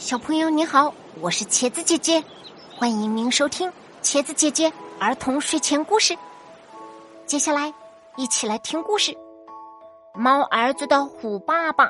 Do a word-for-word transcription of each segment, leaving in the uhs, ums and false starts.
小朋友你好，我是茄子姐姐，欢迎您收听茄子姐姐儿童睡前故事。接下来一起来听故事，猫儿子的虎爸爸。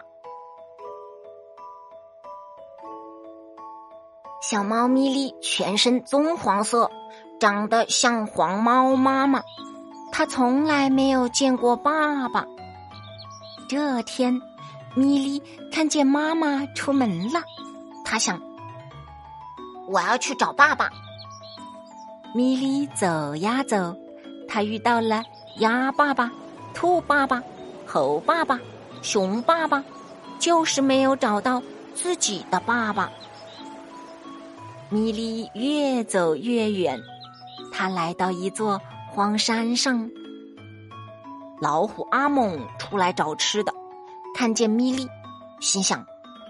小猫咪莉全身棕黄色，长得像黄猫妈妈，它从来没有见过爸爸。这天咪莉看见妈妈出门了，她想，我要去找爸爸。咪莉走呀走，她遇到了鸭爸爸、兔爸爸、猴爸爸、熊爸爸，就是没有找到自己的爸爸。咪莉越走越远，她来到一座荒山上。老虎阿猛出来找吃的，看见咪莉，心想，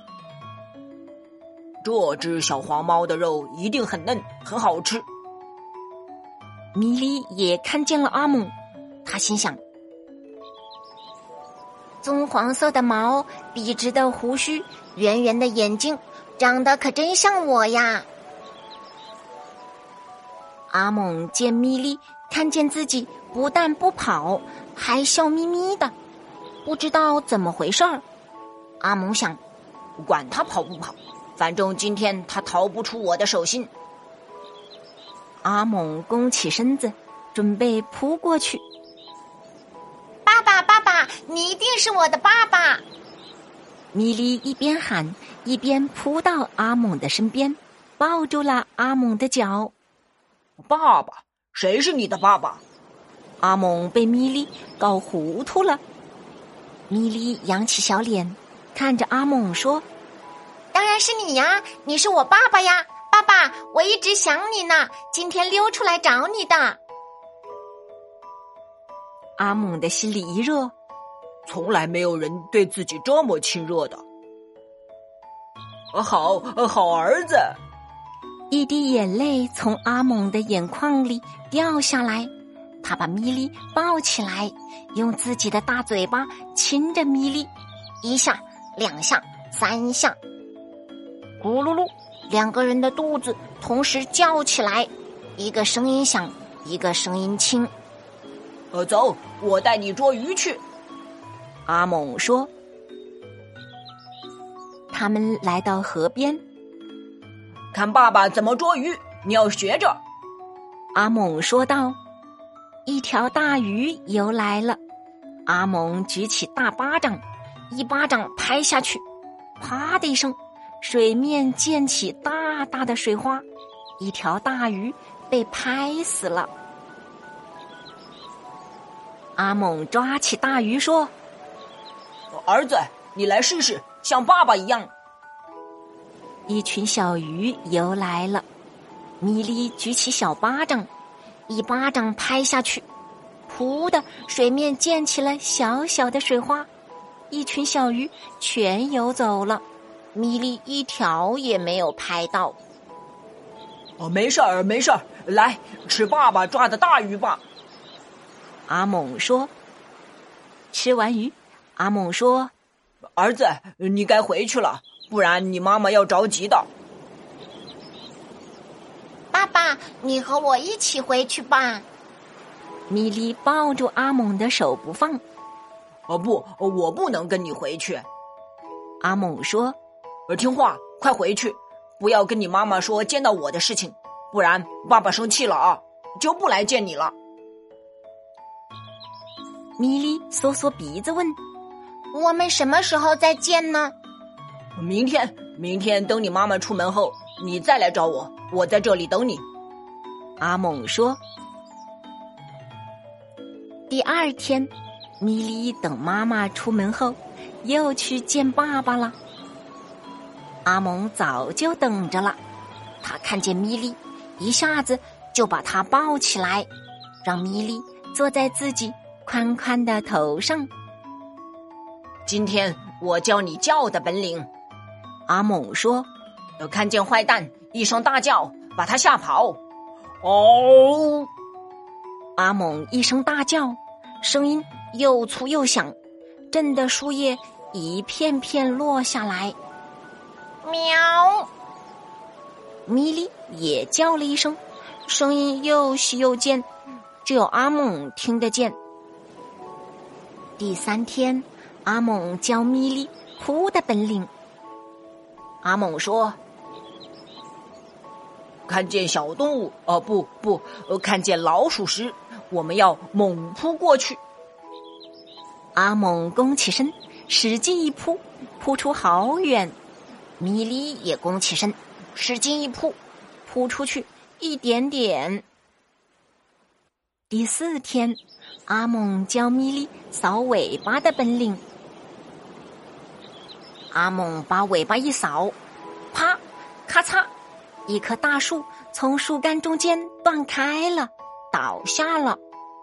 这只小黄猫的肉一定很嫩，很好吃。 咪莉也看见了阿猛，他心想，棕黄色的毛，笔直的胡须，圆圆的眼睛，长得可真像我呀。阿猛见咪莉看见自己不但不跑，还笑眯眯的，不知道怎么回事儿。阿猛想， 管他跑不跑，反正今天他逃不出我的手心。 阿猛弓起身子，准备扑过去。 爸爸爸爸，你一定是我的爸爸！ 咪莉一边喊一边扑到阿猛的身边，抱住了阿猛的脚。 爸爸？谁是你的爸爸？ 阿猛被咪莉搞糊涂了。咪莉扬起小脸，看着阿猛说， 当然是你呀，你是我爸爸呀，爸爸，我一直想你呢，今天溜出来找你的。 阿猛的心里一热， 从来没有人对自己这么亲热的。好，好儿子。 一滴眼泪从阿猛的眼眶里掉下来，他把咪莉抱起来，用自己的大嘴巴亲着咪莉，一下两下三下，咕噜噜，两个人的肚子同时叫起来，一个声音响，一个声音轻。 呃，走，我带你捉鱼去。 阿猛说。他们来到河边， 看爸爸怎么捉鱼，你要学着。 阿猛说道。一条大鱼游来了，阿猛举起大巴掌，一巴掌拍下去，啪的一声，水面溅起大大的水花，一条大鱼被拍死了。阿猛抓起大鱼说， 儿子，你来试试，像爸爸一样。 一群小鱼游来了，咪莉举起小巴掌，一巴掌拍下去，噗的，水面溅起了小小的水花，一群小鱼全游走了，咪莉一条也没有拍到。 哦，没事儿，没事儿，来吃爸爸抓的大鱼吧。 阿猛说。吃完鱼，阿猛说， 儿子，你该回去了，不然你妈妈要着急的。 爸爸，你和我一起回去吧。 咪莉抱住阿猛的手不放。 哦不，我不能跟你回去。 阿猛说， 听话，快回去，不要跟你妈妈说见到我的事情，不然爸爸生气了啊，就不来见你了。 咪莉缩缩鼻子问， 我们什么时候再见呢？ 明天，明天等你妈妈出门后，你再来找我，我在这里等你。 阿猛说。第二天，咪莉等妈妈出门后，又去见爸爸了。阿猛早就等着了，他看见咪莉，一下子就把她抱起来，让咪莉坐在自己宽宽的头上。 今天我教你叫的本领。 阿猛说， 看见坏蛋一声大叫，把他吓跑。哦！ 阿猛一声大叫，声音又粗又响，震得树叶一片片落下来。 喵！ 米莉也叫了一声，声音又细又尖，只有阿猛听得见。第三天，阿猛教米莉扑的本领。 阿猛说：“看见小动物，哦、呃、不不，呃，看见老鼠时，我们要猛扑过去。” 阿猛弓起身，使劲一扑，扑出好远。米莉也弓起身，使劲一扑，扑出去一点点。第四天，阿猛教米莉扫尾巴的本领。阿猛把尾巴一扫，啪，咔嚓，一棵大树从树干中间断开了，倒下了。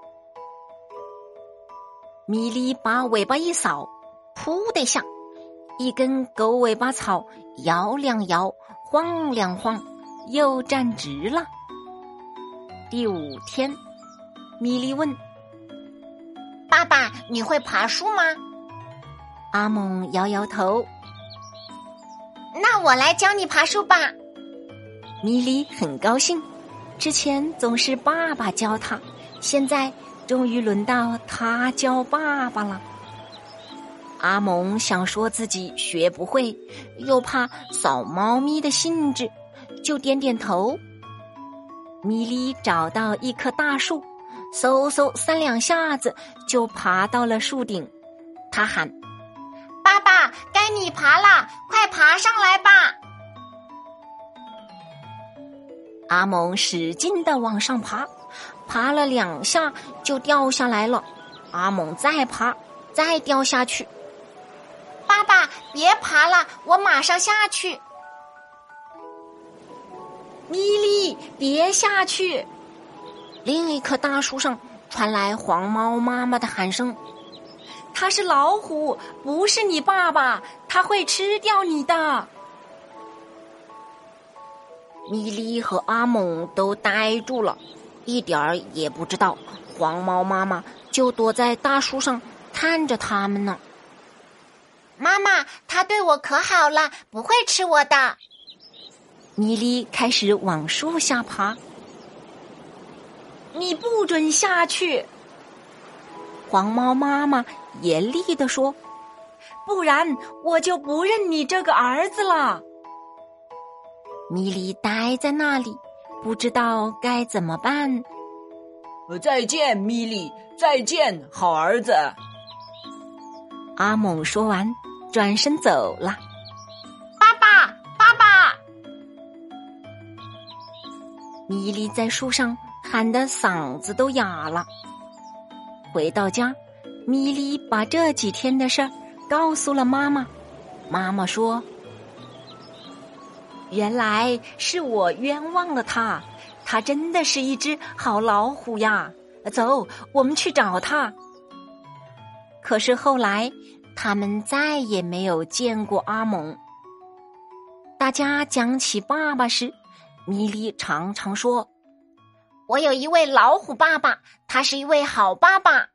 米莉把尾巴一扫，噗的一下，一根狗尾巴草摇两摇，晃两晃，又站直了。第五天，米莉问：“ 爸爸，你会爬树吗？” 阿猛摇摇头。 那我来教你爬树吧。 米莉很高兴，之前总是爸爸教他，现在终于轮到他教爸爸了。阿猛想说自己学不会，又怕扫猫咪的兴致，就点点头。米莉找到一棵大树，嗖嗖三两下子就爬到了树顶。他喊：“ 爸爸，该你爬了，快爬上来吧！” 阿猛使劲地往上爬，爬了两下就掉下来了。阿猛再爬，再掉下去。 爸爸，别爬了，我马上下去。 米莉，别下去！另一棵大树上传来黄猫妈妈的喊声：“它是老虎，不是你爸爸，它会吃掉你的。”米莉和阿猛都呆住了，一点儿也不知道黄猫妈妈就躲在大树上看着他们呢。 妈妈，它对我可好了，不会吃我的。 米莉开始往树下爬。你不准下去！黄猫妈妈严厉地说，不然我就不认你这个儿子了。米莉呆在那里，不知道该怎么办。 再见，米莉，再见，好儿子。 阿猛说完，转身走了。 爸爸，爸爸！ 米莉在树上喊得嗓子都哑了。回到家，米莉把这几天的事儿告诉了妈妈。妈妈说，原来是我冤枉了他，他真的是一只好老虎呀！走，我们去找他。可是后来，他们再也没有见过阿猛。大家讲起爸爸时，米莉常常说， 我有一位老虎爸爸，他是一位好爸爸。